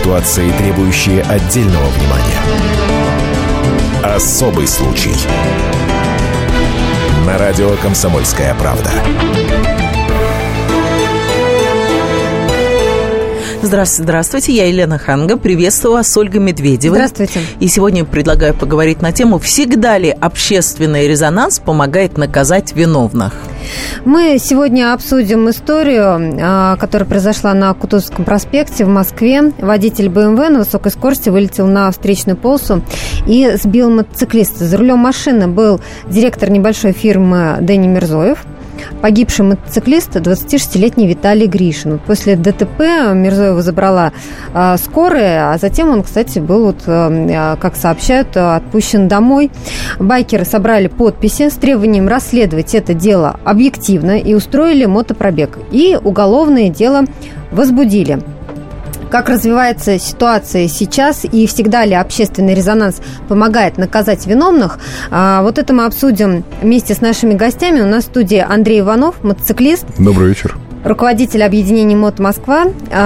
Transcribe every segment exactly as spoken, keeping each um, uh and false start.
Ситуации, требующие отдельного внимания. Особый случай. На радио «Комсомольская правда». Здравствуйте, здравствуйте, я Елена Ханга, приветствую вас с Ольгой Медведевой. Здравствуйте. И сегодня предлагаю поговорить на тему, всегда ли общественный резонанс помогает наказать виновных. Мы сегодня обсудим историю, которая произошла на Кутузовском проспекте в Москве. Водитель бэ эм вэ на высокой скорости вылетел на встречную полосу и сбил мотоциклиста. За рулем машины был директор небольшой фирмы Дени Мирзоев. Погибший мотоциклист двадцатишестилетний Виталий Гришин. После ДТП Мирзоева забрала э, скорая, а затем он, кстати, был, вот, э, как сообщают, отпущен домой. Байкеры собрали подписи с требованием расследовать это дело объективно и устроили мотопробег. И уголовное дело возбудили. Как развивается ситуация сейчас и всегда ли общественный резонанс помогает наказать виновных? Вот это мы обсудим вместе с нашими гостями. У нас в студии Андрей Иванов, мотоциклист. Добрый вечер. Руководитель объединения «Мото Москва».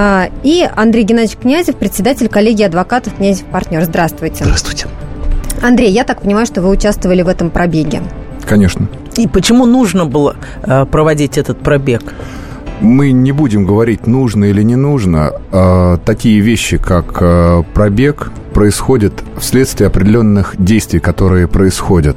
И Андрей Геннадьевич Князев, председатель коллегии адвокатов «Князев партнер». Здравствуйте. Здравствуйте. Андрей, я так понимаю, что вы участвовали в этом пробеге. Конечно. И почему нужно было проводить этот пробег? Мы не будем говорить, нужно или не нужно. А, такие вещи, как а, пробег, происходят вследствие определенных действий, которые происходят.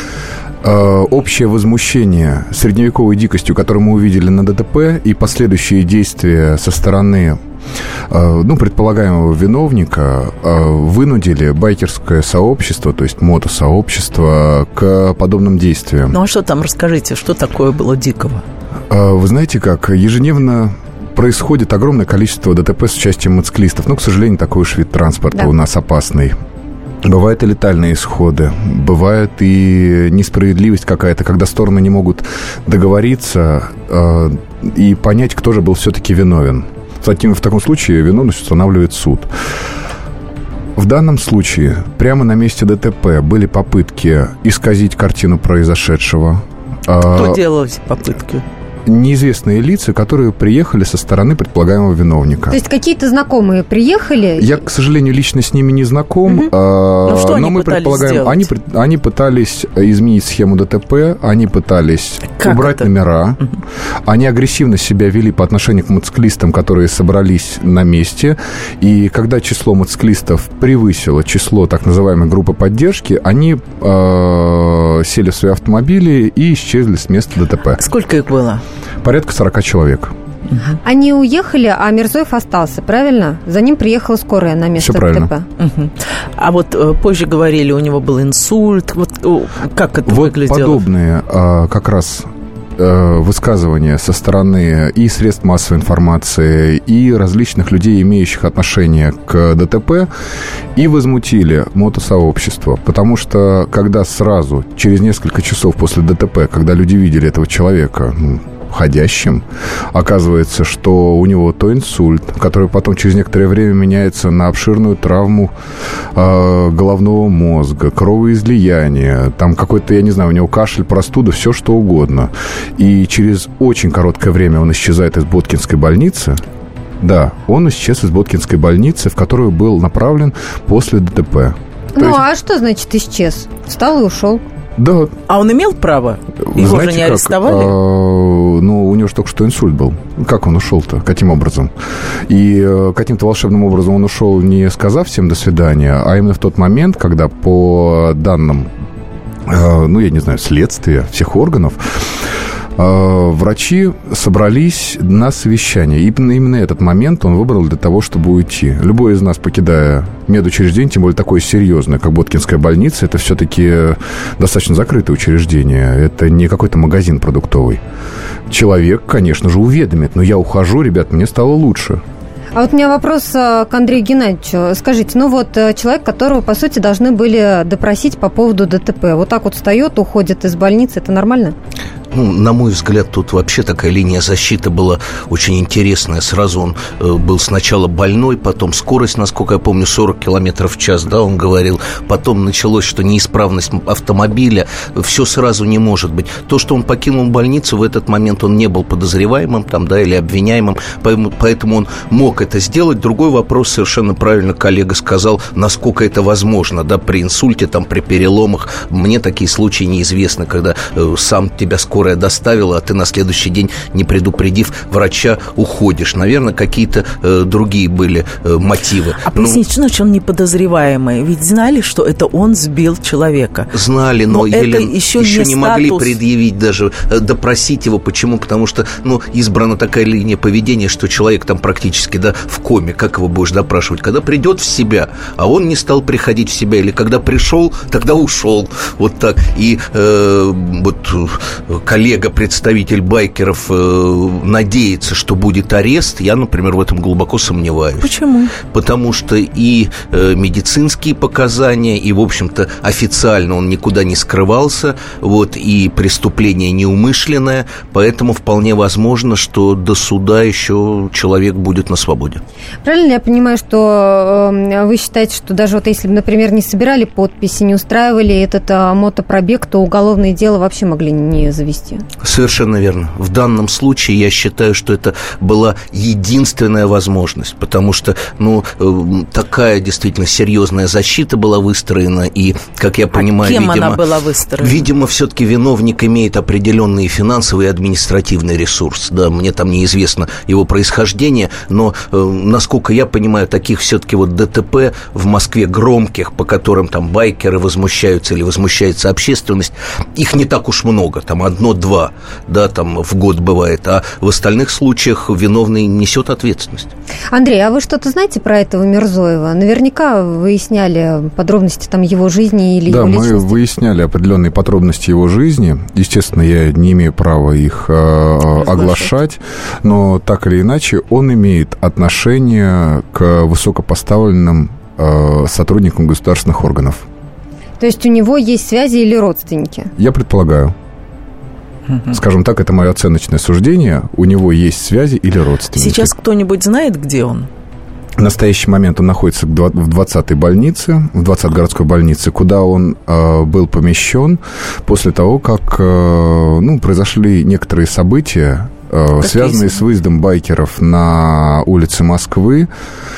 А, общее возмущение средневековой дикостью, которую мы увидели на ДТП, и последующие действия со стороны а, ну, предполагаемого виновника а, вынудили байкерское сообщество, то есть мотосообщество, к подобным действиям. Ну а что там, расскажите, что такое было дикого? Вы знаете как, ежедневно происходит огромное количество ДТП с участием мотоциклистов. Но, к сожалению, такой уж вид транспорта да. у нас опасный. Бывают и летальные исходы, бывает и несправедливость какая-то, когда стороны не могут договориться э, и понять, кто же был все-таки виновен. В таком, в таком случае виновность устанавливает суд. В данном случае прямо на месте ДТП были попытки исказить картину произошедшего. Кто делал эти попытки? Неизвестные лица, которые приехали со стороны предполагаемого виновника. То есть какие-то знакомые приехали? Я, к сожалению, лично с ними не знаком. Угу. А, но что но они мы пытались предполагаем, сделать? Они, они пытались изменить схему ДТП, они пытались как убрать это? номера, угу. они агрессивно себя вели по отношению к мотоциклистам, которые собрались на месте. И когда число мотоциклистов превысило число так называемой группы поддержки, они э, сели в свои автомобили и исчезли с места ДТП. Сколько их было? Порядка сорока человек. Угу. Они уехали, а Мирзоев остался, правильно? За ним приехала скорая на место Все правильно. ДТП. Угу. А вот э, позже говорили, у него был инсульт. Вот э, как это вот выглядело? Подобные э, как раз э, высказывания со стороны и средств массовой информации, и различных людей, имеющих отношение к ДТП, и возмутили мотосообщество. Потому что когда сразу, через несколько часов после ДТП, когда люди видели этого человека ходящим, оказывается, что у него то инсульт, который потом через некоторое время меняется на обширную травму э, головного мозга, кровоизлияние, там какой-то, я не знаю, у него кашель, простуда, все что угодно. И через очень короткое время он исчезает из Боткинской больницы. Да, он исчез из Боткинской больницы, в которую был направлен после ДТП. Ну, есть... а что значит исчез? Встал и ушел. Да. А он имел право? Его Знаете, же не как? арестовали? А, ну, у него же только что инсульт был. Как он ушел-то? Каким образом? И а, каким-то волшебным образом он ушел, не сказав всем «до свидания», а именно в тот момент, когда по данным, а, ну, я не знаю, следствия всех органов, врачи собрались на совещание. И именно этот момент он выбрал для того, чтобы уйти. Любой из нас, покидая медучреждение, тем более такое серьезное, как Боткинская больница, это все-таки достаточно закрытое учреждение. Это не какой-то магазин продуктовый. Человек, конечно же, уведомит. Но я ухожу, ребят, мне стало лучше. А вот у меня вопрос к Андрею Геннадьевичу. Скажите, ну вот человек, которого, по сути, должны были допросить по поводу ДТП, вот так вот встает, уходит из больницы, это нормально? ну, на мой взгляд, тут вообще такая линия защиты была очень интересная. Сразу он был сначала больной, потом скорость, насколько я помню, сорок километров в час, да, он говорил. Потом началось, что неисправность автомобиля. Все сразу не может быть. То, что он покинул больницу, в этот момент он не был подозреваемым там, да, или обвиняемым, поэтому, поэтому он мог это сделать. Другой вопрос, совершенно правильно коллега сказал, насколько это возможно, да, при инсульте, там, при переломах. Мне такие случаи неизвестны, когда э, сам тебя скорая доставила, а ты на следующий день, не предупредив врача, уходишь. Наверное, какие-то э, другие были э, мотивы. А поясните, ну, что он не подозреваемый? Ведь знали, что это он сбил человека. Знали, но, но это Елен, еще, еще не, не могли предъявить даже, э, допросить его. Почему? Потому что, ну, избрана такая линия поведения, что человек там практически, да, в коме. Как его будешь допрашивать? Когда придет в себя, а он не стал приходить в себя, или когда пришел, тогда ушел. Вот так. И э, вот коллега, представитель байкеров, э, надеется, что будет арест. Я, например, в этом глубоко сомневаюсь. Почему? Потому что и э, медицинские показания, и, в общем-то, официально он никуда не скрывался, вот, и преступление неумышленное, поэтому вполне возможно, что до суда еще человек будет на свободе. Правильно ли я понимаю, что э, вы считаете, что даже вот если бы, например, не собирали подписи, не устраивали этот э, мотопробег, то уголовное дело вообще могли не завести? Совершенно верно. В данном случае я считаю, что это была единственная возможность, потому что, ну, э, такая действительно серьезная защита была выстроена, и, как я понимаю, а кем видимо, она была выстроена? Видимо, все-таки виновник имеет определенный финансовый и административный ресурс. Да, мне там неизвестно его происхождение, но, э, насколько я понимаю, таких все-таки вот ДТП в Москве громких, по которым там байкеры возмущаются или возмущается общественность, их не так уж много, там одно-два, да, там в год бывает, а в остальных случаях виновный несет ответственность. Андрей, а вы что-то знаете про этого Мирзоева? Наверняка выясняли подробности там его жизни или да, его личности. Да, мы выясняли определенные подробности его жизни. Естественно, я не имею права их э, оглашать, но так или иначе он имеет отношение к высокопоставленным э, сотрудникам государственных органов. То есть у него есть связи или родственники? Я предполагаю. Скажем так, это мое оценочное суждение. У него есть связи или родственники. Сейчас кто-нибудь знает, где он? В настоящий момент он находится в двадцатой больнице, в двадцатой городской больнице, куда он э, был помещен после того, как э, ну, произошли некоторые события, э, связанные с выездом байкеров на улице Москвы.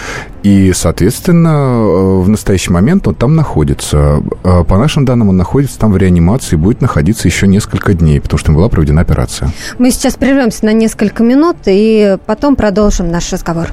И, соответственно, в настоящий момент он там находится. По нашим данным, он находится там в реанимации и будет находиться еще несколько дней, потому что была проведена операция. Мы сейчас прервемся на несколько минут и потом продолжим наш разговор.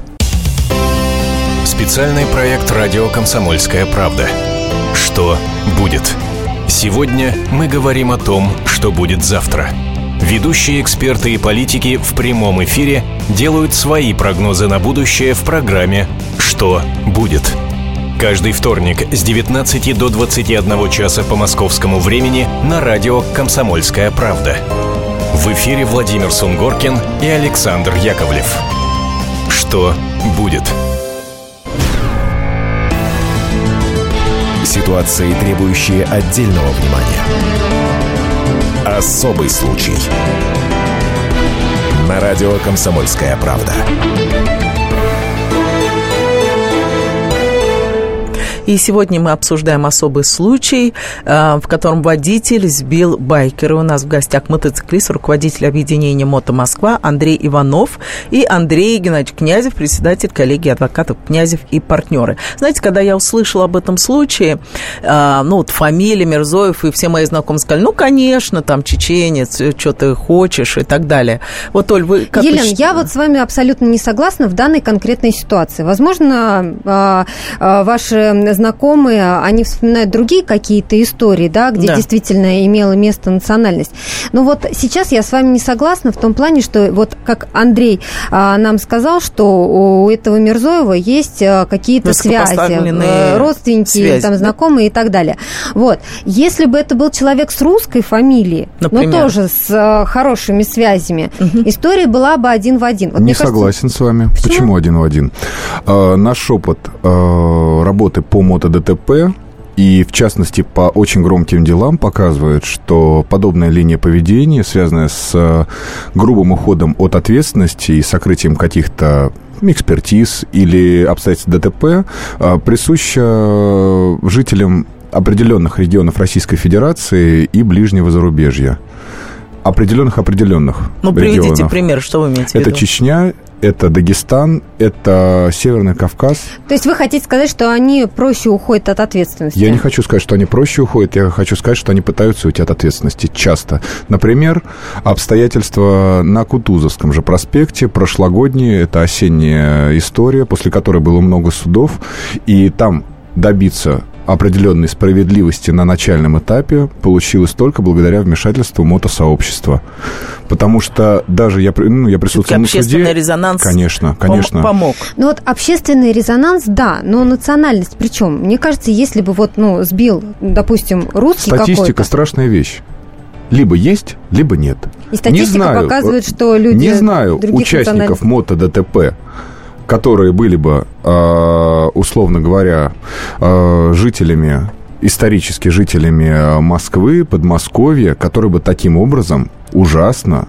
Специальный проект «Радио Комсомольская правда». Что будет? Сегодня мы говорим о том, что будет завтра. Ведущие эксперты и политики в прямом эфире делают свои прогнозы на будущее в программе «Что будет?». Каждый вторник с девятнадцати до двадцати одного часа по московскому времени на радио «Комсомольская правда». В эфире Владимир Сунгоркин и Александр Яковлев. Что будет? Ситуации, требующие отдельного внимания. Особый случай. На радио «Комсомольская правда». И сегодня мы обсуждаем особый случай, в котором водитель сбил байкера. У нас в гостях мотоциклист, руководитель объединения «Мото Москва» Андрей Иванов и Андрей Геннадьевич Князев, председатель коллегии адвокатов Князев и партнеры. Знаете, когда я услышала об этом случае, ну вот фамилия Мирзоев, и все мои знакомые сказали, ну, конечно, там чеченец, что ты хочешь и так далее. Вот, Оль, вы как Елена, вы... я вот с вами абсолютно не согласна в данной конкретной ситуации. Возможно, ваши знакомые, они вспоминают другие какие-то истории, да, где да. действительно имела место национальность. Но вот сейчас я с вами не согласна в том плане, что вот как Андрей а, нам сказал, что у этого Мирзоева есть а, какие-то связи, родственники, связи, там, знакомые, да? и так далее. Вот. Если бы это был человек с русской фамилией, например, но тоже с а, хорошими связями, угу. история была бы один в один. Вот не мне согласен кажется... с вами. Почему? Почему один в один? А, наш опыт а, работы по мото-ДТП и, в частности, по очень громким делам показывает, что подобная линия поведения, связанная с грубым уходом от ответственности и сокрытием каких-то экспертиз или обстоятельств ДТП, присуща жителям определенных регионов Российской Федерации и ближнего зарубежья. Определенных-определенных Ну, приведите регионов. пример, что вы имеете в виду? Это Чечня, это Дагестан, это Северный Кавказ. То есть вы хотите сказать, что они проще уходят от ответственности? Я не хочу сказать, что они проще уходят, я хочу сказать, что они пытаются уйти от ответственности часто. Например, обстоятельства на Кутузовском же проспекте прошлогодние, это осенняя история, после которой было много судов, и там добиться определенной справедливости на начальном этапе получилось только благодаря вмешательству мотосообщества. Потому что даже я, ну, я присутствовал на суде... Общественный резонанс конечно, конечно. помог. Ну вот общественный резонанс, да, но национальность причем? Мне кажется, если бы вот, ну, сбил, допустим, русский какой-то... Статистика – страшная вещь. Либо есть, либо нет. И статистика не знаю, показывает, что люди... Не знаю участников мото-ДТП, которые были бы, условно говоря, жителями, исторически жителями Москвы, Подмосковья, которые бы таким образом ужасно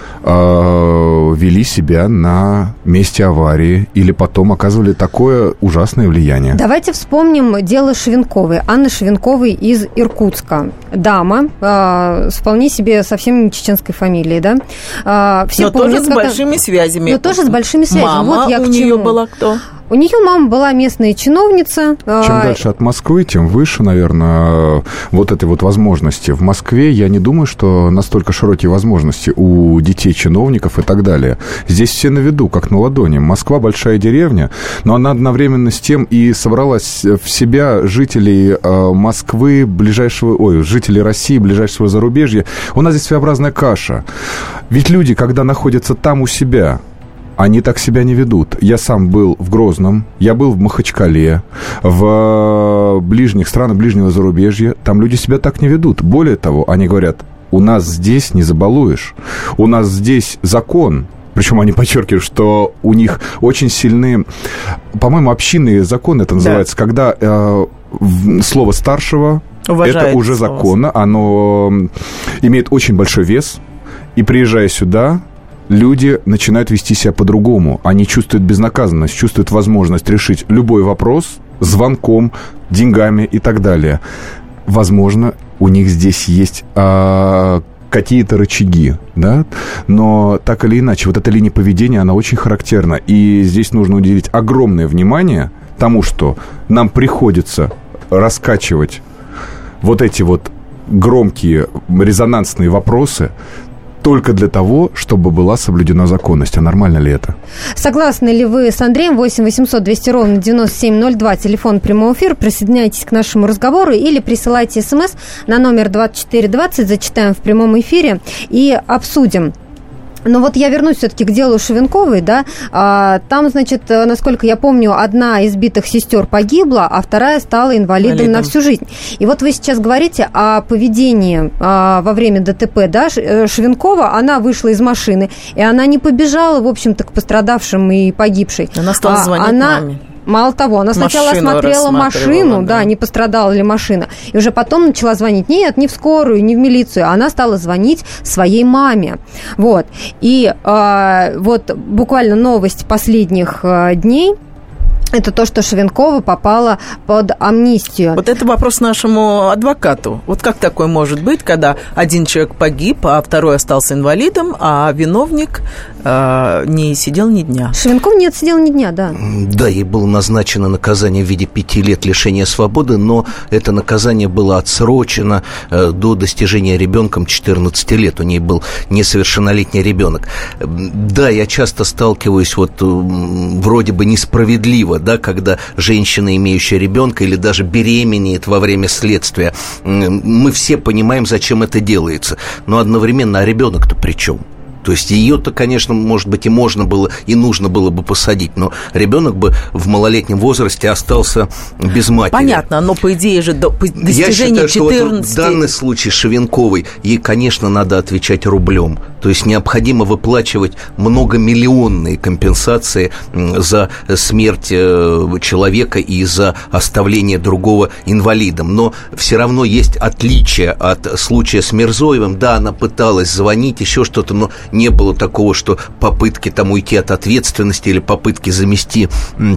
вели себя на месте аварии или потом оказывали такое ужасное влияние. Давайте вспомним дело Шевенковой, Анны Шевенковой из Иркутска. Дама э, с вполне себе совсем не чеченской фамилией, да? Э, все Но помнят, тоже с как... большими связями. Но тоже с большими связями. Мама вот я у к нее чему. была кто? У нее мама была местная чиновница. Чем дальше от Москвы, тем выше, наверное, вот этой вот возможности. В Москве я не думаю, что настолько широкие возможности у детей чиновников и так далее. Здесь все на виду, как на ладони. Москва большая деревня, но она одновременно с тем и собралась в себя жителей Москвы, ближайшего, ой, жителей России, ближайшего зарубежья. У нас здесь своеобразная каша. Ведь люди, когда находятся там у себя... Они так себя не ведут. Я сам был в Грозном, я был в Махачкале, в ближних странах ближнего зарубежья. Там люди себя так не ведут. Более того, они говорят, у нас здесь не забалуешь. У нас здесь закон. Причем они подчеркивают, что у них очень сильные, по-моему, общинные законы это называется, да. Когда э, слово старшего, уважает это уже слово. Законно, оно имеет очень большой вес. И приезжая сюда... Люди начинают вести себя по-другому. Они чувствуют безнаказанность, чувствуют возможность решить любой вопрос звонком, деньгами и так далее. Возможно, у них здесь есть а, какие-то рычаги, да? Но так или иначе, вот эта линия поведения, она очень характерна. И здесь нужно уделить огромное внимание тому, что нам приходится раскачивать вот эти вот громкие резонансные вопросы, только для того, чтобы была соблюдена законность. А нормально ли это? Согласны ли вы с Андреем? восемь восемьсот двести ровно девяносто семь ноль два, телефон прямого эфира. Присоединяйтесь к нашему разговору или присылайте смс на номер двадцать четыре двадцать. Зачитаем в прямом эфире и обсудим. Но вот я вернусь все-таки к делу Шевенковой, да, а, там, значит, насколько я помню, одна из битых сестер погибла, а вторая стала инвалидом Валидом. на всю жизнь. И вот вы сейчас говорите о поведении а, во время ДТП, да, Шевенкова, она вышла из машины, и она не побежала, в общем-то, к пострадавшим и погибшей. Она стала звонить а, она... маме. Мало того, она сначала машину осмотрела машину, да. да, не пострадала ли машина, и уже потом начала звонить, нет, не в скорую, не в милицию, она стала звонить своей маме, вот, и э, вот буквально новость последних э, дней, это то, что Шевенкова попала под амнистию. Вот это вопрос нашему адвокату. Вот как такое может быть, когда один человек погиб, а второй остался инвалидом, а виновник э, не сидел ни дня? Шевенков не отсидел ни дня, да. Да, ей было назначено наказание в виде пяти лет лишения свободы, но это наказание было отсрочено э, до достижения ребенком четырнадцати лет. У нее был несовершеннолетний ребенок. Да, я часто сталкиваюсь вот э, вроде бы несправедливо, да, когда женщина, имеющая ребенка или даже беременеет во время следствия, мы все понимаем, зачем это делается, но одновременно, а ребенок-то при чем? То есть ее-то, конечно, может быть, и можно было, и нужно было бы посадить, но ребенок бы в малолетнем возрасте остался без матери. Понятно, но по идее же до достижения Я считаю, четырнадцати... что вот в данный случай Шевенковой ей, конечно, надо отвечать рублем. То есть необходимо выплачивать многомиллионные компенсации за смерть человека и за оставление другого инвалидом. Но все равно есть отличие от случая с Мирзоевым. Да, она пыталась звонить, еще что-то, но не было такого, что попытки там уйти от ответственности или попытки замести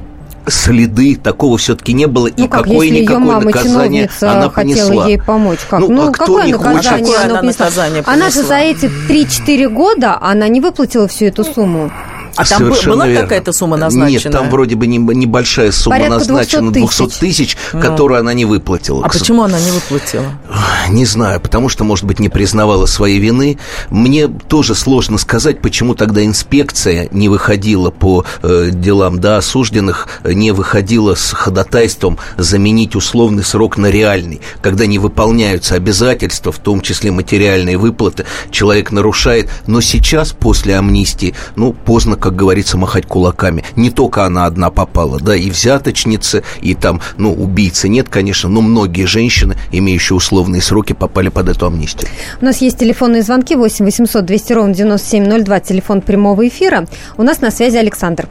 следы, такого все-таки не было. Ну и как, какое-никакое наказание она хотела понесла. ей помочь. Как? Ну, ну а какое кто наказание хочет? она понесла? Наказание Она же за эти три-четыре года она не выплатила всю эту сумму. А там Совершенно была верно. какая-то сумма назначена? Нет, там вроде бы небольшая сумма порядка назначена, двести тысяч, которую она не выплатила. А почему она не выплатила? Не знаю, потому что, может быть, не признавала своей вины. Мне тоже сложно сказать, почему тогда инспекция не выходила по э, делам да, осужденных, не выходила с ходатайством заменить условный срок на реальный. Когда не выполняются обязательства, в том числе материальные выплаты, человек нарушает. Но сейчас, после амнистии, ну, поздно, как говорится, махать кулаками. Не только она одна попала, да, и взяточницы, и там, ну, убийцы нет, конечно, но многие женщины, имеющие условные сроки, попали под эту амнистию. У нас есть телефонные звонки восемь восемьсот двести ровно девяносто семь ноль два, телефон прямого эфира. У нас на связи Александр.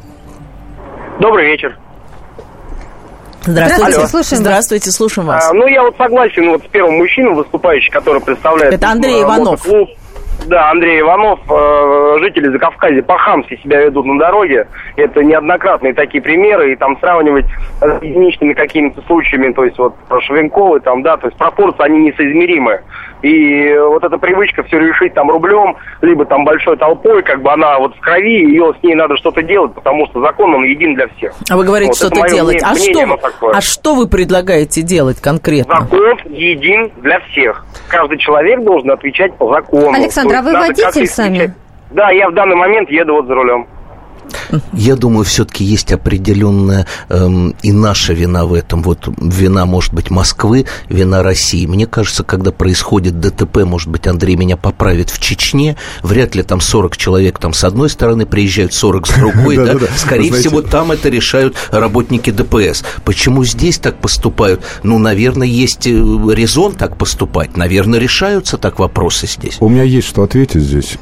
Добрый вечер. Здравствуйте. Алло. Слушаем Здравствуйте, вас. слушаем вас. А, ну, я вот согласен вот с первым мужчиной, выступающим, который представляет... Это Андрей Иванов. Мотоклуб. Да, Андрей Иванов, э, жители Закавказья по-хамски себя ведут на дороге. Это неоднократные такие примеры. И там сравнивать с единичными какими-то случаями, то есть вот про Швенковы, там, да, то есть пропорции, они несоизмеримы. И вот эта привычка все решить там рублем, либо там большой толпой, как бы она вот в крови, ее с ней надо что-то делать, потому что закон, он един для всех. А вы говорите, вот, что-то делать. А что, а что вы предлагаете делать конкретно? Закон един для всех. Каждый человек должен отвечать по закону. Александр, а вы водитель сами? Да, я в данный момент еду вот за рулем. Я думаю, все-таки есть определенная эм, и наша вина в этом. Вот вина, может быть, Москвы, вина России. Мне кажется, когда происходит ДТП, может быть, Андрей меня поправит, в Чечне, вряд ли там сорок человек там с одной стороны приезжают, сорок с другой. да? Скорее всего, там это решают работники ДПС. Почему здесь так поступают? Ну, наверное, есть резон так поступать. Наверное, решаются так вопросы здесь. У меня есть что ответить здесь.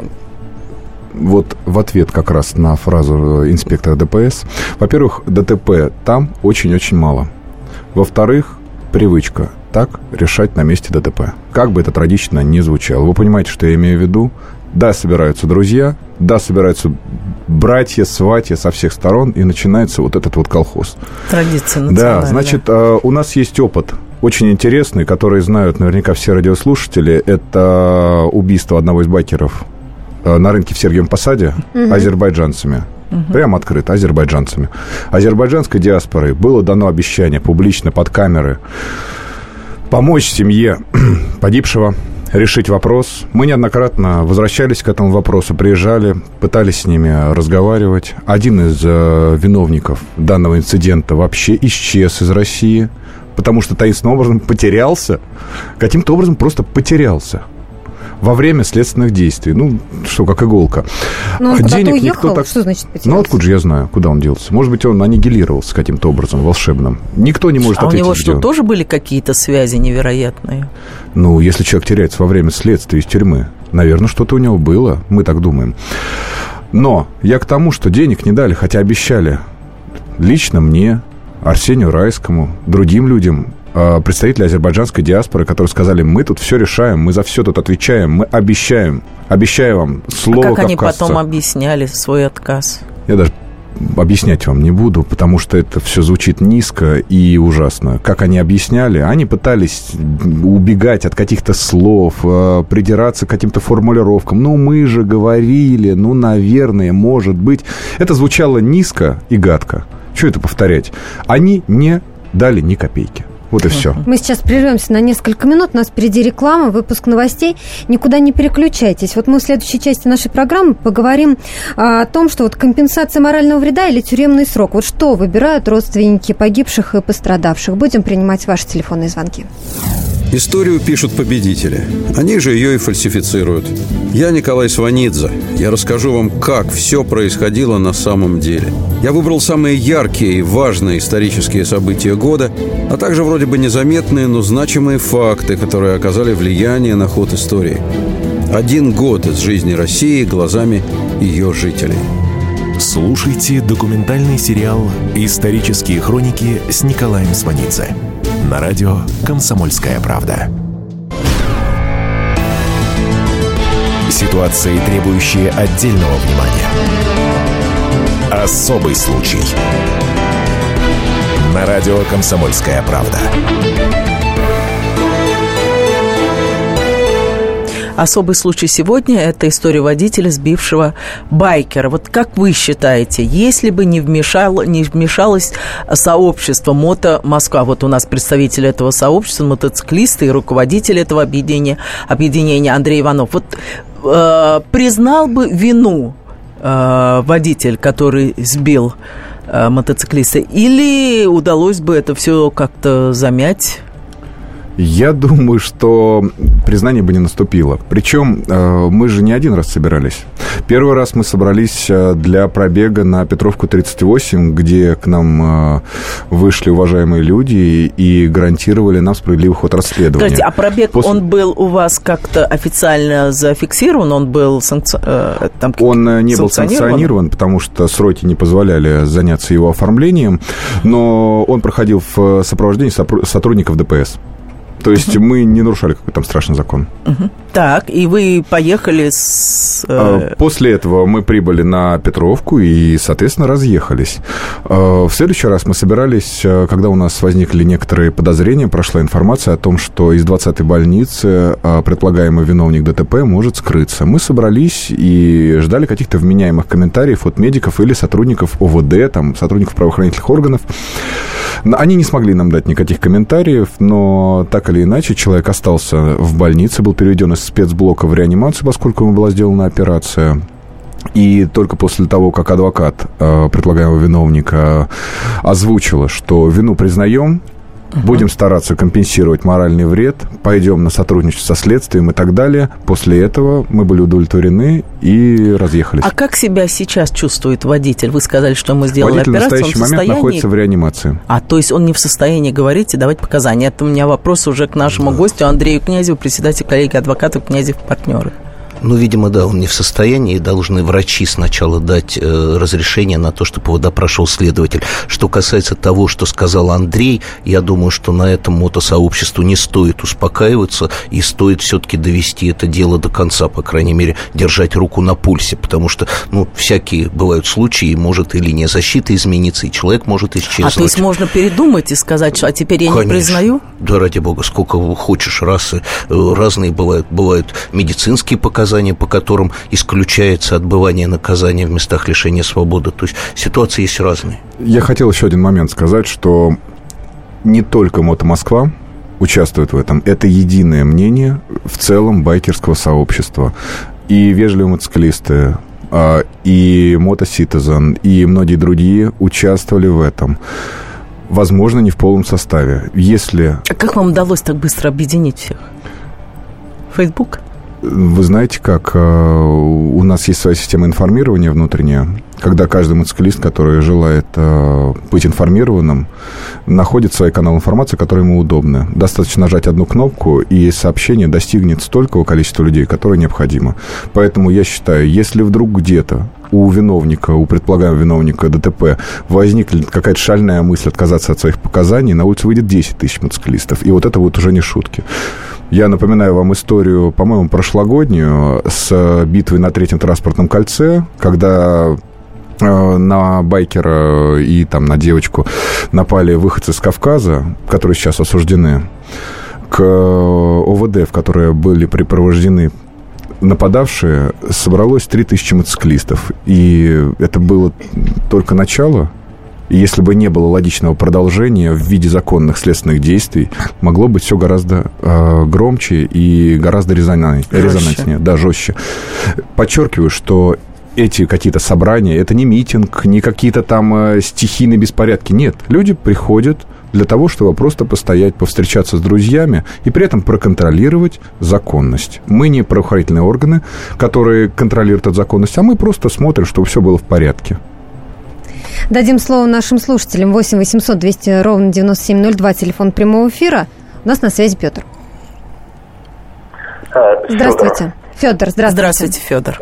Вот в ответ как раз на фразу инспектора ДПС. Во-первых, ДТП там очень-очень мало. Во-вторых, привычка так решать на месте ДТП. Как бы это трагично ни звучало. Вы понимаете, что я имею в виду? Да, собираются друзья, да, собираются братья, сватья со всех сторон, и начинается вот этот вот колхоз. Традиция национальная. Да, значит, у нас есть опыт очень интересный, который знают наверняка все радиослушатели. Это убийство одного из байкеров на рынке в Сергиевом Посаде угу. азербайджанцами. Угу. Прямо открыто, азербайджанцами. Азербайджанской диаспорой было дано обещание публично под камеры помочь семье погибшего, решить вопрос. Мы неоднократно возвращались к этому вопросу, приезжали, пытались с ними разговаривать. Один из э, виновников данного инцидента вообще исчез из России, потому что таинственным образом потерялся, каким-то образом просто потерялся во время следственных действий. Ну, что, как иголка. Ну, он куда-то уехал? Никто так... Что значит потерялся? Ну, откуда же я знаю, куда он делся? Может быть, он аннигилировался каким-то образом волшебным. Никто не может а ответить. А у него что, тоже были какие-то связи невероятные? Ну, если человек теряется во время следствия из тюрьмы, наверное, что-то у него было. Мы так думаем. Но я к тому, что денег не дали, хотя обещали лично мне, Арсению Райскому, другим людям, представители азербайджанской диаспоры, которые сказали, мы тут все решаем, мы за все тут отвечаем, мы обещаем, обещаю вам слово кавказца. А как они кавказца. потом объясняли свой отказ? Я даже объяснять вам не буду, потому что это все звучит низко и ужасно. Как они объясняли? Они пытались убегать от каких-то слов, придираться к каким-то формулировкам. Ну, мы же говорили, ну, наверное, может быть. Это звучало низко и гадко. Что это повторять? Они не дали ни копейки. Вот и все. Мы сейчас прервемся на несколько минут. У нас впереди реклама, выпуск новостей. Никуда не переключайтесь. Вот мы в следующей части нашей программы поговорим о том, что вот компенсация морального вреда или тюремный срок. Вот что выбирают родственники погибших и пострадавших. Будем принимать ваши телефонные звонки. Историю пишут победители. Они же ее и фальсифицируют. Я Николай Сванидзе. Я расскажу вам, как все происходило на самом деле. Я выбрал самые яркие и важные исторические события года, а также вроде бы незаметные, но значимые факты, которые оказали влияние на ход истории. Один год из жизни России глазами ее жителей. Слушайте документальный сериал «Исторические хроники» с Николаем Сванидзе на радио «Комсомольская правда». Ситуации, требующие отдельного внимания. Особый случай. На радио «Комсомольская правда». Особый случай сегодня – это история водителя, сбившего байкера. Вот как вы считаете, если бы не, вмешало, не вмешалось сообщество «Мото Москва», вот у нас представитель этого сообщества, мотоциклисты и руководитель этого объединения, объединения Андрей Иванов, вот э, признал бы вину э, водитель, который сбил э, мотоциклиста, или удалось бы это все как-то замять? Я думаю, что признание бы не наступило. Причем мы же не один раз собирались. Первый раз мы собрались для пробега на Петровку тридцать восемь, где к нам вышли уважаемые люди и гарантировали нам справедливый ход расследования. Скажите, а пробег, После... он был у вас как-то официально зафиксирован? Он был санкци... там, Он не был санкционирован, потому что сроки не позволяли заняться его оформлением, но он проходил в сопровождении сотрудников ДПС. То есть uh-huh. мы не нарушали какой-то там страшный закон. Uh-huh. Так, и вы поехали с... Э... После этого мы прибыли на Петровку и, соответственно, разъехались. В следующий раз мы собирались, когда у нас возникли некоторые подозрения, прошла информация о том, что из двадцатой больницы предполагаемый виновник ДТП может скрыться. Мы собрались и ждали каких-то вменяемых комментариев от медиков или сотрудников ОВД, там, сотрудников правоохранительных органов. Они не смогли нам дать никаких комментариев, но так или иначе человек остался в больнице, был переведен из спецблока в реанимацию, поскольку ему была сделана операция. И только после того, как адвокат предполагаемого виновника озвучила, что вину признаем, Uh-huh. будем стараться компенсировать моральный вред, пойдем на сотрудничество со следствием и так далее. После этого мы были удовлетворены и разъехались. А как себя сейчас чувствует водитель? Вы сказали, что мы сделали водитель операцию. Водитель в настоящий момент находится в реанимации. А, то есть он не в состоянии говорить и давать показания. Это у меня вопрос уже к нашему да. гостю Андрею Князеву, председателю коллегии адвокатов Князев-партнеры. Ну, видимо, да, он не в состоянии, должны врачи сначала дать э, разрешение на то, чтобы его допрашивал следователь. Что касается того, что сказал Андрей, я думаю, что на этом мотосообществу не стоит успокаиваться и стоит все-таки довести это дело до конца, по крайней мере, держать руку на пульсе, потому что, ну, всякие бывают случаи, и может и линия защиты измениться, и человек может исчезнуть. А то есть можно передумать и сказать, что а теперь я Конечно. не признаю? Да, ради бога, сколько хочешь, раз, разные бывают, бывают медицинские показания, по которым исключается отбывание наказания в местах лишения свободы. То есть ситуации есть разные. Я хотел еще один момент сказать, что не только «Мото Москва» участвует в этом. Это единое мнение в целом байкерского сообщества. И вежливые мотоциклисты, и Moto-Citizen, и многие другие участвовали в этом. Возможно, не в полном составе. Если... А как вам удалось так быстро объединить всех? Фейсбук? Вы знаете, как у нас есть своя система информирования внутренняя, когда каждый мотоциклист, который желает быть информированным, находит свой канал информации, который ему удобно. Достаточно нажать одну кнопку, и сообщение достигнет столького количества людей, которое необходимо. Поэтому я считаю, если вдруг где-то у виновника, у предполагаемого виновника ДТП возникнет какая-то шальная мысль отказаться от своих показаний, на улицу выйдет десять тысяч мотоциклистов. И вот это вот уже не шутки. Я напоминаю вам историю, по-моему, прошлогоднюю, с битвой на Третьем транспортном кольце, когда на байкера и там на девочку напали выходцы с Кавказа, которые сейчас осуждены, к ОВД, в которое были припровождены нападавшие, собралось три тысячи мотоциклистов. И это было только начало. И если бы не было логичного продолжения в виде законных следственных действий, могло быть все гораздо э, громче и гораздо резонанснее. резонанснее. Да, жестче. Подчеркиваю, что эти какие-то собрания, это не митинг, не какие-то там э, стихийные беспорядки. Нет, люди приходят для того, чтобы просто постоять, повстречаться с друзьями и при этом проконтролировать законность. Мы не правоохранительные органы, которые контролируют эту законность, а мы просто смотрим, чтобы все было в порядке. Дадим слово нашим слушателям. восемь восемьсот двести ровно девяносто семь ноль два, телефон прямого эфира. У нас на связи Петр. А, Здравствуйте. Федор, здравствуйте. Здравствуйте, Федор.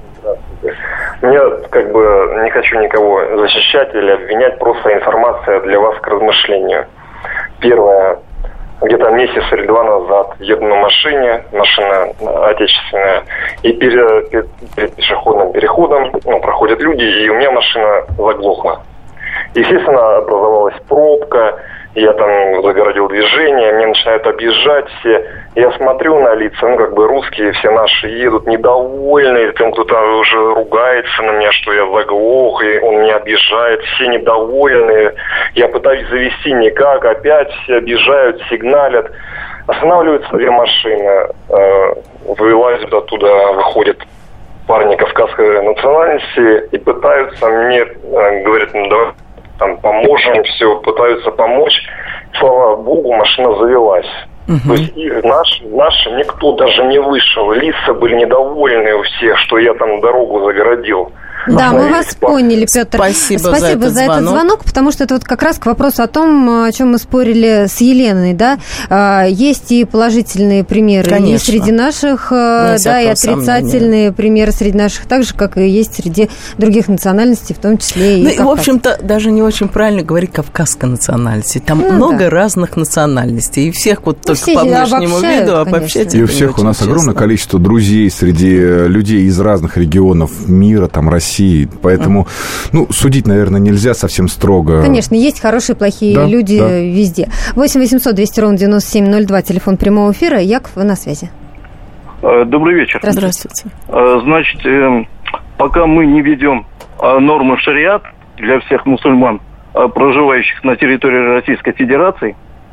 Я как бы не хочу никого защищать или обвинять, просто информация для вас к размышлению. Первое. Где-то месяц или два назад еду на машине, машина отечественная, и перед, перед пешеходным переходом ну, проходят люди, и у меня машина заглохла. Естественно, образовалась пробка, я там загородил движение, меня начинают объезжать все. Я смотрю на лица, ну, как бы русские все наши едут недовольные, там кто-то уже ругается на меня, что я заглох, и он меня объезжает, все недовольные. Я пытаюсь завести никак, опять все объезжают, сигналят. Останавливаются две машины, э, вылазят оттуда, выходят парни кавказской национальности и пытаются мне, э, говорят, ну, давай там поможем, все, пытаются помочь. Слава богу, машина завелась. Угу. То есть их, наш, наши никто даже не вышел. Лица были недовольны у всех, что я там дорогу загородил. Да, мы вас поняли, Петр. Спасибо, Спасибо за, этот, за звонок. этот звонок, потому что это вот как раз к вопросу о том, о чем мы спорили с Еленой, да. Есть и положительные примеры, конечно, и среди наших, не да, и отрицательные сомнения. Примеры среди наших, так же, как и есть среди других национальностей, в том числе и ну, кавказских. В общем-то, даже не очень правильно говорить кавказской национальности. Там ну, много да. разных национальностей, и всех вот ну, только по внешнему виду обобщать. И у всех у нас честно. огромное количество друзей среди людей из разных регионов мира, там, России. Поэтому, ну, судить, наверное, нельзя совсем строго. Конечно, есть хорошие, плохие да, люди да. везде. восемь восемьсот двести ровно девяносто семь ноль два, телефон прямого эфира. Яков, вы на связи. Добрый вечер. Здравствуйте. Значит, пока мы не ведем нормы шариат для всех мусульман, проживающих на территории Российской Федерации,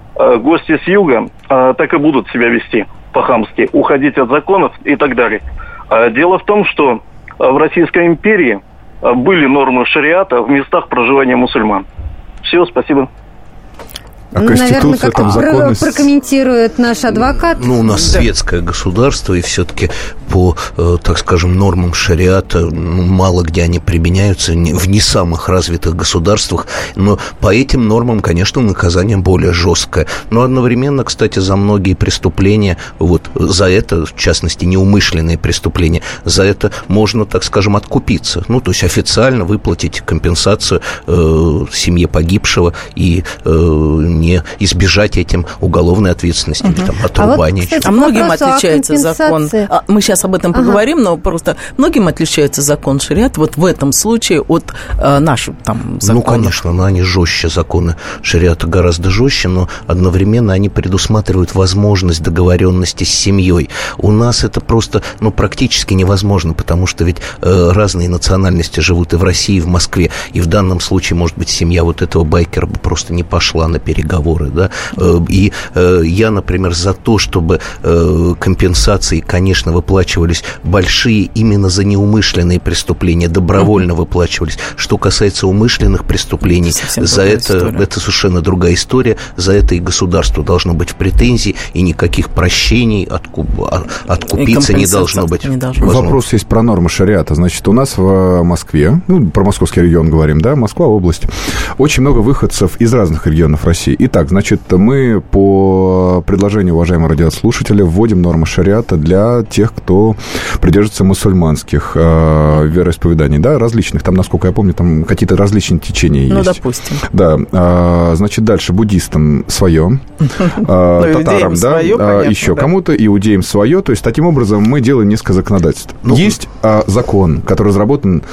гости с юга так и будут себя вести по-хамски, уходить от законов и так далее. Дело в том, что в Российской империи были нормы шариата в местах проживания мусульман. Все, спасибо. А наверное, как там законность... прокомментирует наш адвокат. Ну, у нас да. светское государство, и все-таки по, так скажем, нормам шариата ну, мало где они применяются, в не самых развитых государствах, но по этим нормам, конечно, наказание более жесткое. Но одновременно, кстати, за многие преступления, вот за это, в частности, неумышленные преступления, за это можно, так скажем, откупиться. Ну, то есть официально выплатить компенсацию э, семье погибшего и э, не избежать этим уголовной ответственности угу. или там, отрубания. А, вот, кстати, а многим отличается закон. А, мы сейчас об этом ага. поговорим, но просто многим отличается закон шариат вот в этом случае от а, наших там законов. Ну, конечно, но они жестче, законы шариата гораздо жестче, но одновременно они предусматривают возможность договоренности с семьей. У нас это просто, ну, практически невозможно, потому что ведь э, разные национальности живут и в России, и в Москве, и в данном случае, может быть, семья вот этого байкера бы просто не пошла на переговоры. Да? И я, например, за то, чтобы компенсации, конечно, выплачивались большие именно за неумышленные преступления, добровольно выплачивались. Что касается умышленных преступлений, за это, это совершенно другая история. За это и государство должно быть в претензии, и никаких прощений, откуп, откупиться не должно быть. Не должно. Вопрос есть про нормы шариата. Значит, у нас в Москве, ну, про московский регион говорим, да, Москва, область, очень много выходцев из разных регионов России. Итак, значит, мы по предложению уважаемого радиослушателя вводим нормы шариата для тех, кто придерживается мусульманских э, вероисповеданий, да, различных. Там, насколько я помню, там какие-то различные течения ну, есть. Ну, допустим. Да. Э, значит, дальше буддистам свое, татарам, да, еще кому-то, иудеям свое. То есть, таким образом, мы делаем несколько законодательств. Есть закон, который разработан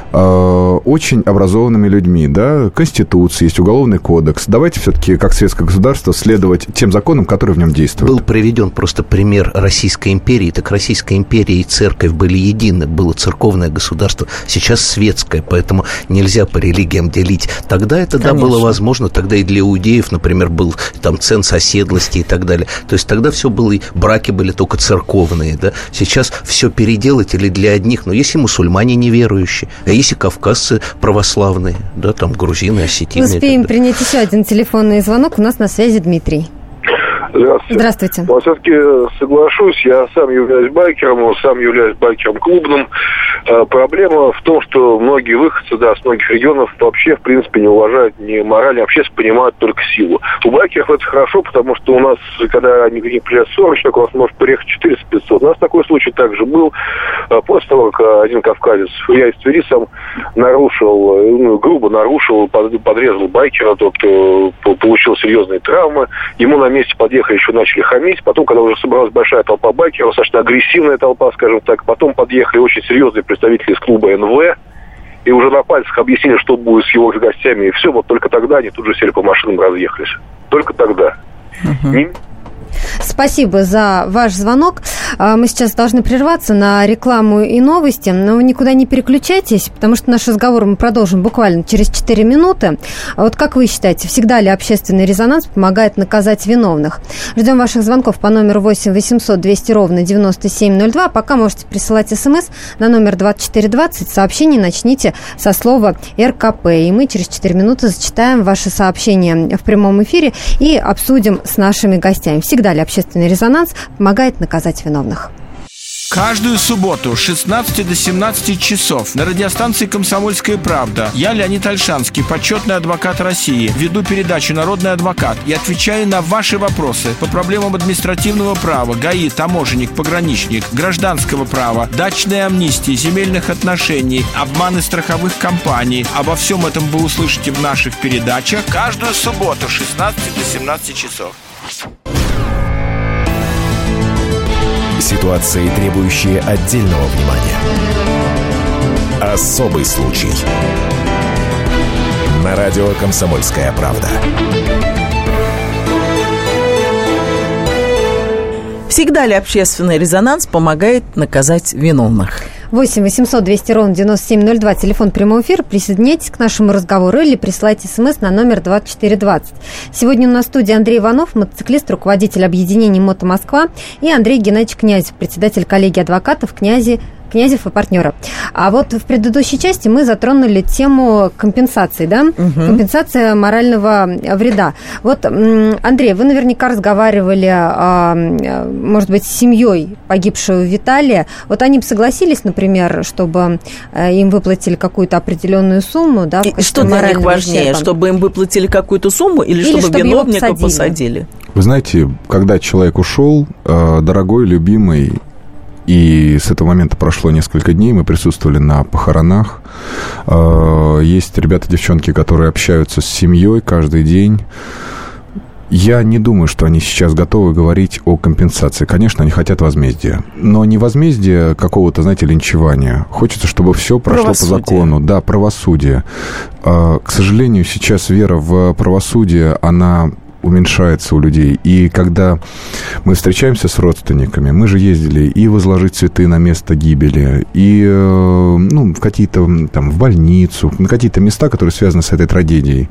очень образованными людьми, да, Конституция, есть Уголовный кодекс. Давайте все-таки, как светское государство, следовать тем законам, которые в нем действуют. Был приведен просто пример Российской империи. Так Российская империя и церковь были едины. Было церковное государство, сейчас светское, поэтому нельзя по религиям делить. Тогда это, конечно, да, было возможно. Тогда и для иудеев, например, был там ценз оседлости и так далее. То есть тогда все было, и браки были только церковные, да. Сейчас все переделать или для одних, но есть и мусульмане неверующие, а есть и кавказцы православные, да, там грузины, осетины. Успеем принять еще один телефонный звонок. У нас на связи Дмитрий. Здравствуйте. Здравствуйте. Но все-таки соглашусь, я сам являюсь байкером, сам являюсь байкером клубным. Проблема в том, что многие выходцы, да, с многих регионов вообще, в принципе, не уважают ни мораль, вообще понимают только силу. У байкеров это хорошо, потому что у нас, когда они приезжают сорок человек, у нас может приехать четыреста-пятьсот. У нас такой случай также был. После того, как один кавказец, я из Твери, сам нарушил, ну, грубо нарушил, подрезал байкера, тот получил серьезные травмы. Ему на месте подъехали, еще начали хамить. Потом, когда уже собралась большая толпа байкеров, достаточно агрессивная толпа, скажем так, потом подъехали очень серьезные представители из клуба эн вэ, и уже на пальцах объяснили, что будет с его гостями, и все. Вот только тогда они тут же сели по машинам, разъехались. Только тогда. Uh-huh. Не... Спасибо за ваш звонок. Мы сейчас должны прерваться на рекламу и новости, но вы никуда не переключайтесь, потому что наш разговор мы продолжим буквально через четыре минуты. А вот как вы считаете, всегда ли общественный резонанс помогает наказать виновных? Ждем ваших звонков по номеру восемь восемьсот двести ровно девяносто семь ноль два. Пока можете присылать смс на номер двадцать четыре двадцать. Сообщение начните со слова эр ка пэ. И мы через четыре минуты зачитаем ваши сообщения в прямом эфире и обсудим с нашими гостями. Всегда ли общественный резонанс помогает наказать виновных? Каждую субботу с шестнадцати до семнадцати часов на радиостанции «Комсомольская правда» я, Леонид Ольшанский, почетный адвокат России, веду передачу «Народный адвокат» и отвечаю на ваши вопросы по проблемам административного права, ГАИ, таможенник, пограничник, гражданского права, дачной амнистии, земельных отношений, обманы страховых компаний. Обо всем этом вы услышите в наших передачах каждую субботу с шестнадцати до семнадцати часов. Ситуации, требующие отдельного внимания. Особый случай. На радио «Комсомольская правда». Всегда ли общественный резонанс помогает наказать виновных? восемь восемьсот двести ровно девяносто семь ноль два, телефон прямого эфира. Присоединяйтесь к нашему разговору или присылайте смс на номер двадцать четыре двадцать. Сегодня у нас в студии Андрей Иванов, мотоциклист, руководитель объединения «Мото Москва», и Андрей Геннадьевич Князев, председатель коллегии адвокатов «Князи». Князев и партнеры. А вот в предыдущей части мы затронули тему компенсации, да? Угу. Компенсация морального вреда. Вот, Андрей, вы наверняка разговаривали, может быть, с семьей погибшего Виталия. Вот они бы согласились, например, чтобы им выплатили какую-то определенную сумму, да? И что для них важнее, ущерба? Чтобы им выплатили какую-то сумму или, или чтобы, чтобы виновника посадили? посадили? Вы знаете, когда человек ушел, дорогой, любимый, и с этого момента прошло несколько дней, мы присутствовали на похоронах. Есть ребята, девчонки, которые общаются с семьей каждый день. Я не думаю, что они сейчас готовы говорить о компенсации. Конечно, они хотят возмездия. Но не возмездия какого-то, знаете, линчевания. Хочется, чтобы все прошло по закону. Да, правосудие. К сожалению, сейчас вера в правосудие, она уменьшается у людей. И когда мы встречаемся с родственниками, мы же ездили и возложить цветы на место гибели, и ну, в какие-то там в больницу, на какие-то места, которые связаны с этой трагедией.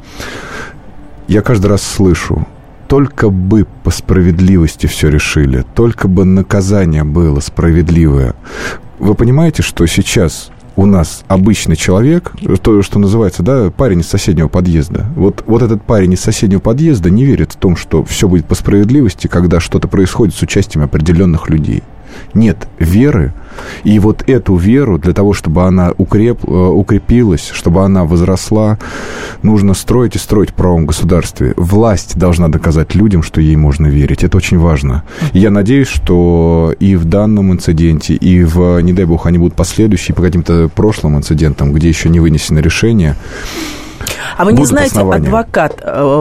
Я каждый раз слышу: только бы по справедливости все решили, только бы наказание было справедливое. Вы понимаете, что сейчас у нас обычный человек, то, что называется, да, парень из соседнего подъезда. Вот, вот этот парень из соседнего подъезда не верит в том, что все будет по справедливости, когда что-то происходит с участием определенных людей. Нет веры. И вот эту веру, для того, чтобы она укреп, укрепилась, чтобы она возросла, нужно строить и строить в правом государстве. Власть должна доказать людям, что ей можно верить. Это очень важно. И я надеюсь, что и в данном инциденте, и в, не дай бог, они будут последующие по каким-то прошлым инцидентам, где еще не вынесено решение. А вы не знаете, основания. Адвокат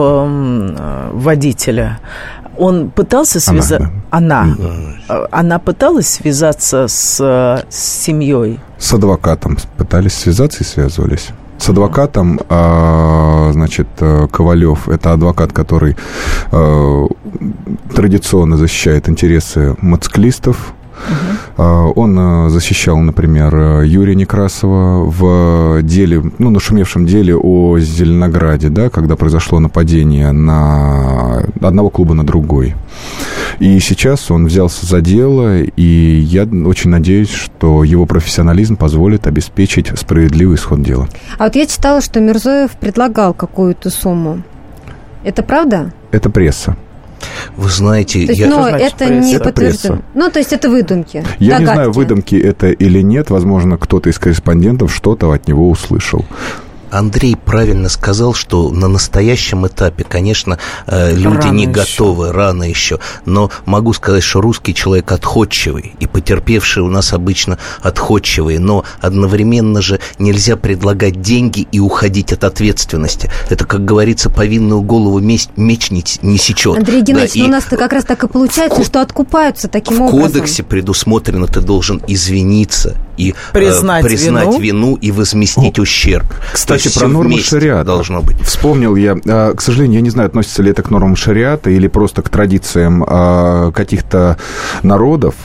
э, водителя, он пытался связаться... Она, да. она, она пыталась связаться с, с семьей? С адвокатом пытались связаться и связывались. С адвокатом, э, значит, Ковалев, это адвокат, который э, традиционно защищает интересы мотоциклистов. Uh-huh. Он защищал, например, Юрия Некрасова в деле, ну, нашумевшем деле о Зеленограде, да, когда произошло нападение на одного клуба на другой. И сейчас он взялся за дело, и я очень надеюсь, что его профессионализм позволит обеспечить справедливый исход дела. А вот я читала, что Мирзоев предлагал какую-то сумму. Это правда? Это пресса. Вы знаете, то есть, я... но значит это пресса? не Это подтверждено. пресса. Ну, то есть это выдумки. Я не догадки. знаю, выдумки это или нет. Возможно, кто-то из корреспондентов что-то от него услышал. Андрей правильно сказал, что на настоящем этапе, конечно, люди Рано не еще. готовы, рано еще. Но могу сказать, что русский человек отходчивый, и потерпевшие у нас обычно отходчивые. Но одновременно же нельзя предлагать деньги и уходить от ответственности. Это, как говорится, повинную голову меч, меч не, не сечет. Андрей Геннадьевич, Да, ну, и у нас-то как раз так и получается, в, что откупаются таким в образом. кодексе предусмотрено, ты должен извиниться и Признать э, признать вину. вину и возместить ущерб. Кстати, То есть про всё нормы вместе шариата. должно быть. Вспомнил я, а, к сожалению, я не знаю, относится ли это к нормам шариата или просто к традициям а, каких-то народов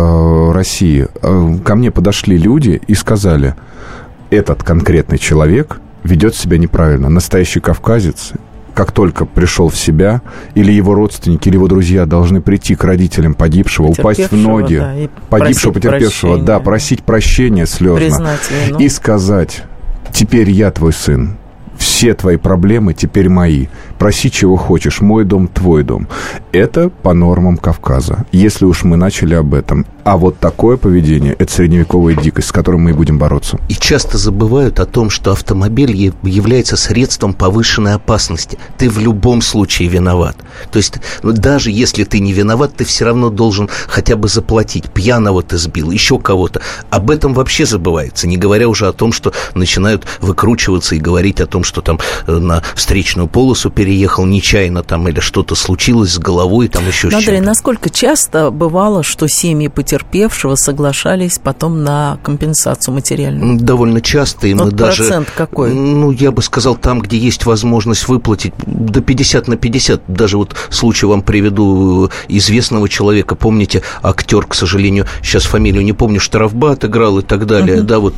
а, России. А, ко мне подошли люди и сказали, этот конкретный человек ведет себя неправильно. Настоящий кавказец, как только пришел в себя, или его родственники, или его друзья должны прийти к родителям погибшего, упасть в Потерпевшего, ноги, да, и погибшего, просить потерпевшего, прощения. да, просить прощения слезно. Признать вину. И сказать, теперь я твой сын, все твои проблемы теперь мои. Проси, чего хочешь, мой дом, твой дом. Это по нормам Кавказа, если уж мы начали об этом. А вот такое поведение – это средневековая дикость, с которой мы и будем бороться. И часто забывают о том, что автомобиль е- является средством повышенной опасности. Ты в любом случае виноват. То есть, ну, даже если ты не виноват, ты все равно должен хотя бы заплатить. Пьяного ты сбил, еще кого-то. Об этом вообще забывается, не говоря уже о том, что начинают выкручиваться и говорить о том, что там э, на встречную полосу переехал нечаянно там, или что-то случилось с головой, там еще с Андрей, чем-то. насколько часто бывало, что семьи потерпевшего соглашались потом на компенсацию материальную? М, Довольно часто, и Вот мы даже... процент какой? Ну, я бы сказал, там, где есть возможность выплатить, до пятьдесят на пятьдесят. Даже вот случай вам приведу известного человека. Помните, актер, к сожалению, сейчас фамилию не помню, Штрафбат играл и так далее. Uh-huh. Да, вот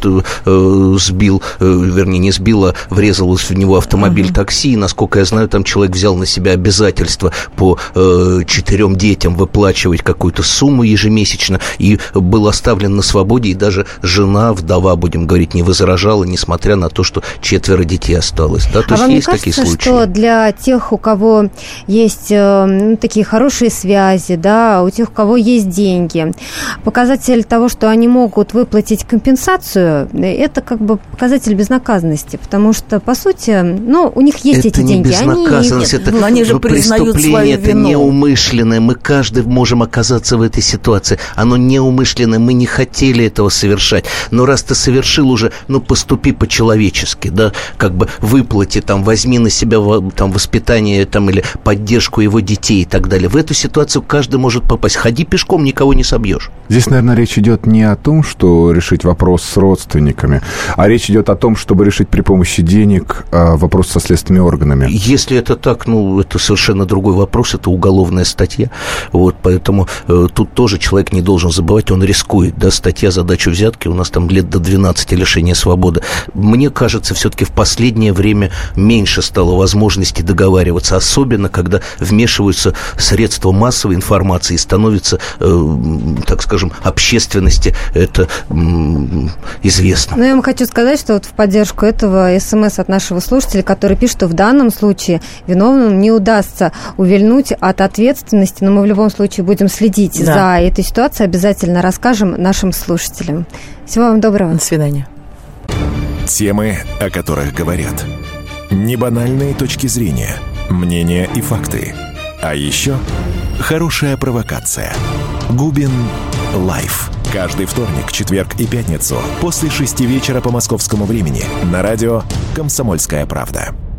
э, сбил, э, вернее, не сбил, а врезалось в него автомобиль uh-huh. такси. И, насколько я знаю, там человек взял на себя обязательство по э, четырем детям выплачивать какую-то сумму ежемесячно и был оставлен на свободе. И даже жена, вдова, будем говорить, не возражала, несмотря на то, что четверо детей осталось. Да, то а есть вам есть не такие кажется, случаи. что для тех, у кого есть э, ну, такие хорошие связи, да, у тех, у кого есть деньги, показатель того, что они могут выплатить компенсацию, это как бы показатель безнаказанности, потому что, по сути, ну, у них есть это эти не деньги. безнаказанность, они... это Но они же ну, признают преступление, свою это вину. неумышленное. Мы каждый можем оказаться в этой ситуации. Оно неумышленное, мы не хотели этого совершать. Но раз ты совершил уже, ну, поступи по-человечески, да, как бы выплати, там, возьми на себя там, воспитание там, или поддержку его детей и так далее. В эту ситуацию каждый может попасть. Ходи пешком, никого не собьешь. Здесь, наверное, речь идет не о том, что решить вопрос с родственниками, а речь идет о том, чтобы решить при помощи денег а, вопрос со следственными органами. Если это так, ну, это совершенно другой вопрос, это уголовная статья. Вот, поэтому э, тут тоже человек не должен забывать, он рискует. Да, статья за дачу взятки, у нас там лет до двенадцати лишения свободы. Мне кажется, все-таки в последнее время меньше стало возможности договариваться, особенно когда вмешиваются средства массовой информации и становится, э, так скажем, общественности это э, известно. Но я вам хочу сказать, что вот в поддержку этого СМС от нашего слушателя, который пишет, что в данном случае виновным не удастся увильнуть от ответственности, но мы в любом случае будем следить Да. за этой ситуацией, обязательно расскажем нашим слушателям. Всего вам доброго. До свидания. Темы, о которых говорят. Небанальные точки зрения, мнения и факты. А еще хорошая провокация. Губин Лайф. Каждый вторник, четверг и пятницу после шести вечера по московскому времени на радио «Комсомольская правда».